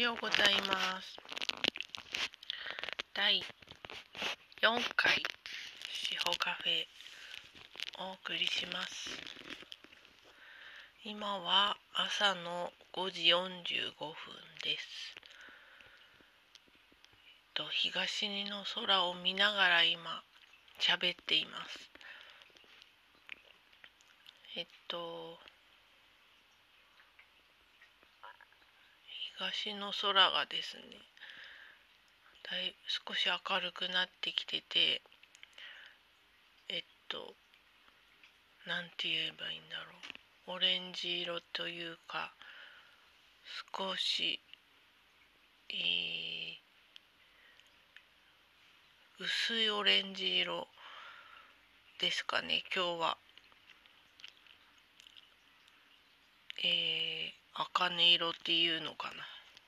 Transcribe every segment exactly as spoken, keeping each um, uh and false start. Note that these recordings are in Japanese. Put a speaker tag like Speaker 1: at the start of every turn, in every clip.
Speaker 1: ようございます。だいよんかいしほカフェお送りします。今は朝のごじよんじゅうごふんです。と東の空を見ながら今喋っています。えっと東の空がですね、だい少し明るくなってきてて、えっとなんて言えばいいんだろう、オレンジ色というか少し、えー薄いオレンジ色ですかね。今日はえー、茜色っていうのかな、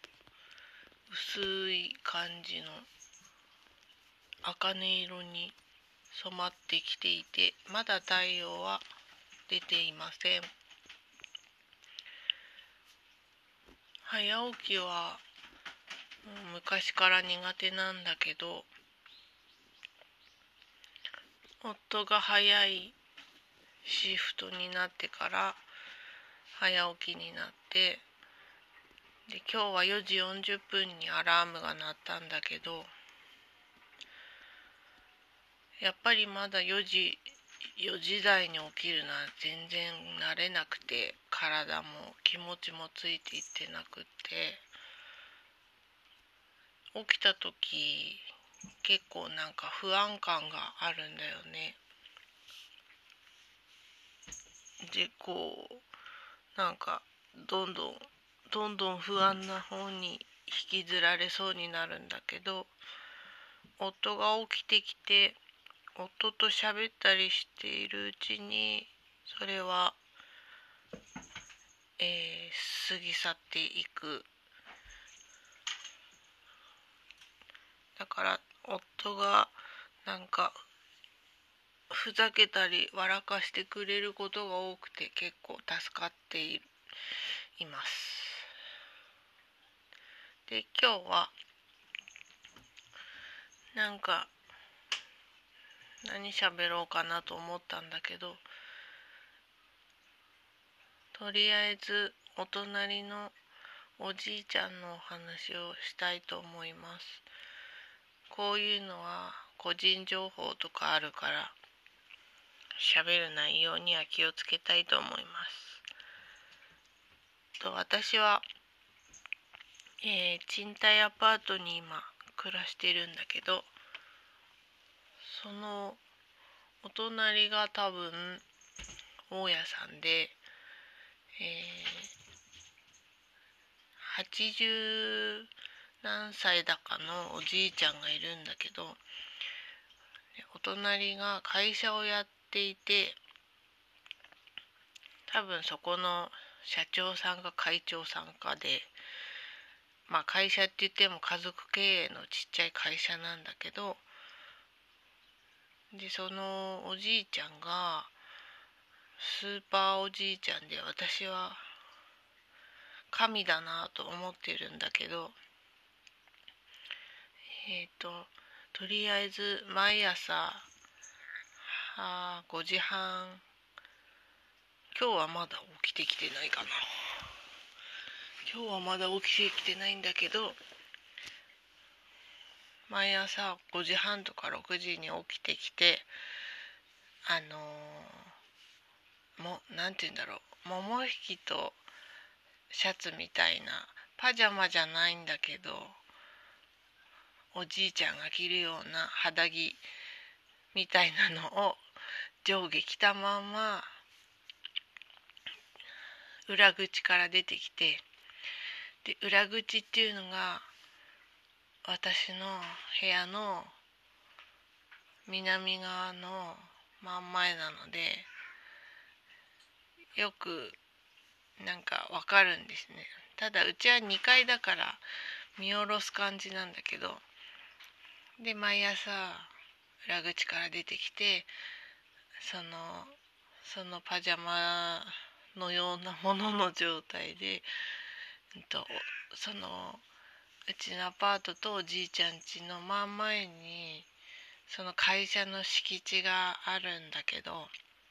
Speaker 1: 薄い感じの茜色に染まってきていて、まだ太陽は出ていません。早起きはもう昔から苦手なんだけど、夫が早いシフトになってから早起きになって、で今日はよじよんじゅっぷんにアラームが鳴ったんだけど、やっぱりまだよじよじ台に起きるのは全然慣れなくて、体も気持ちもついていってなくって、起きた時結構なんか不安感があるんだよね。でこうなんかどんどんどんどん不安な方に引きずられそうになるんだけど、夫が起きてきて夫と喋ったりしているうちにそれは、えー過ぎ去っていく。だから夫がなんかふざけたり笑かしてくれることが多くて結構助かっています。で今日はなんか何喋ろうかなと思ったんだけど、とりあえずお隣のおじいちゃんのお話をしたいと思います。こういうのは個人情報とかあるから喋る内容には気をつけたいと思います。と私は、えー賃貸アパートに今暮らしてるんだけど、そのお隣が多分大家さんで、えーはちじゅう何歳だかのおじいちゃんがいるんだけど、お隣が会社をやっていて、多分そこの社長さんが会長さんかで、まあ会社って言っても家族経営のちっちゃい会社なんだけど、でそのおじいちゃんがスーパーおじいちゃんで、私は神だなと思ってるんだけど、えっととりあえず毎朝あごじはん、今日はまだ起きてきてないかな今日はまだ起きてきてないんだけど、毎朝ごじはんとかろくじに起きてきて、あのー、もなんて言うんだろう、桃引きとシャツみたいなパジャマじゃないんだけど、おじいちゃんが着るような肌着みたいなのを上下着たまま裏口から出てきて、で裏口っていうのが私の部屋の南側の真ん前なので、よくなんかわかるんですね。ただうちはにかいだから見下ろす感じなんだけど、で毎朝裏口から出てきて、そのそのパジャマのようなものの状態で、うんとそのうちのアパートとおじいちゃん家の真ん前にその会社の敷地があるんだけど、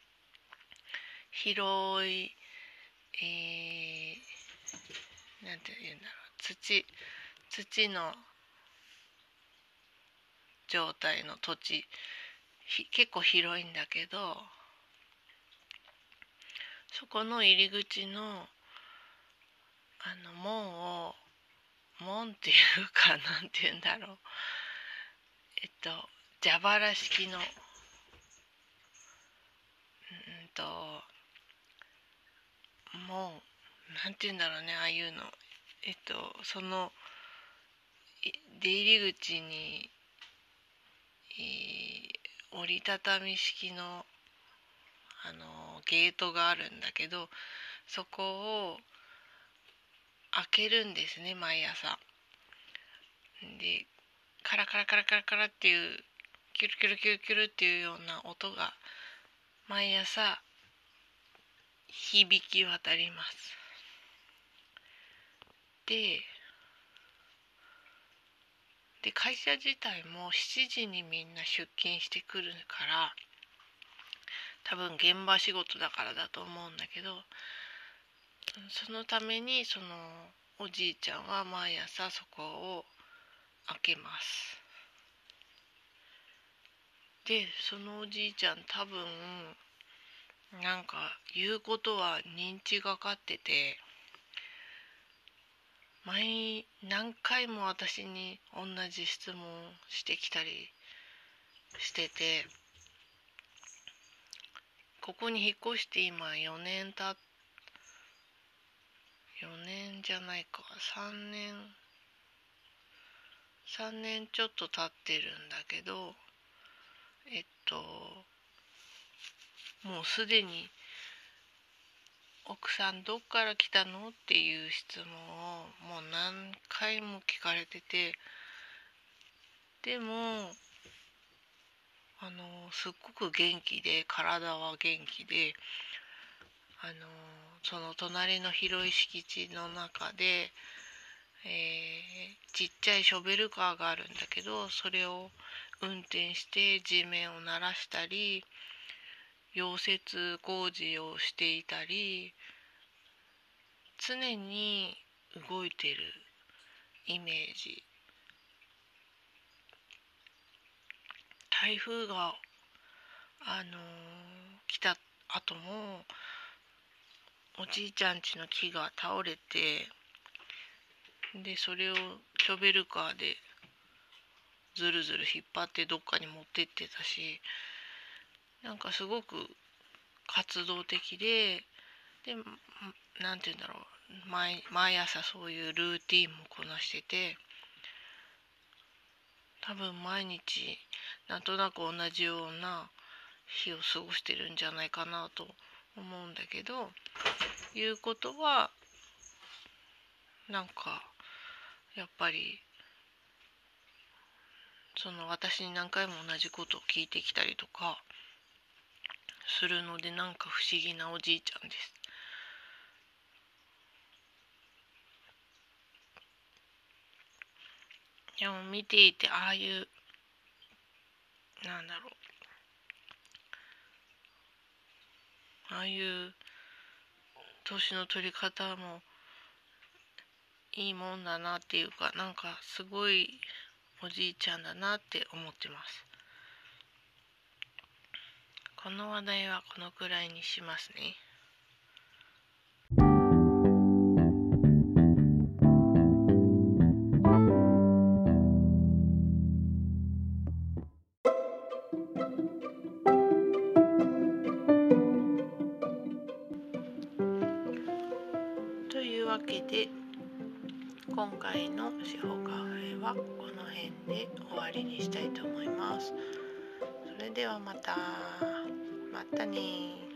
Speaker 1: 広い、えー、なんて言うんだろう、土土の状態の土地、結構広いんだけど、そこの入り口のあの門を門っていうかなんて言うんだろう、えっと蛇腹式のうんと門なんて言うんだろうね、ああいうの、えっとその出入り口に、えー、折りたたみ式のあのゲートがあるんだけど、そこを開けるんですね、毎朝。でカラカラカラカラカラっていうキュルキュルキュルキュルっていうような音が毎朝響き渡ります。でで会社自体もしちじにみんな出勤してくるから、多分現場仕事だからだと思うんだけど、そのためにそのおじいちゃんは毎朝そこを開けます。でそのおじいちゃん多分なんか言うことは認知がかってて、毎何回も私に同じ質問してきたりしてて、ここに引っ越して今よねんたっよねんじゃないかさんねんさんねんちょっと経ってるんだけど、えっともうすでに奥さんどっから来たのっていう質問をもう何回も聞かれてて、でもあのすっごく元気で、体は元気で、あのその隣の広い敷地の中で、えー、ちっちゃいショベルカーがあるんだけど、それを運転して地面を慣らしたり溶接工事をしていたり、常に動いてるイメージ。台風があのー、来た後もおじいちゃん家の木が倒れて、でそれをショベルカーでずるずる引っ張ってどっかに持ってってたし、なんかすごく活動的で、でなんて言うんだろう、毎毎朝そういうルーティンもこなしてて、多分毎日なんとなく同じような日を過ごしてるんじゃないかなと思うんだけど、いうことはなんかやっぱりその私に何回も同じことを聞いてきたりとかするので、なんか不思議なおじいちゃんです。でも見ていて、ああいうなんだろうああいう年の取り方もいいもんだなっていうか、なんかすごいおじいちゃんだなって思ってます。この話題はこのくらいにしますね。というわけで今回の司法カフェはこの辺で終わりにしたいと思います。それではまたまたね。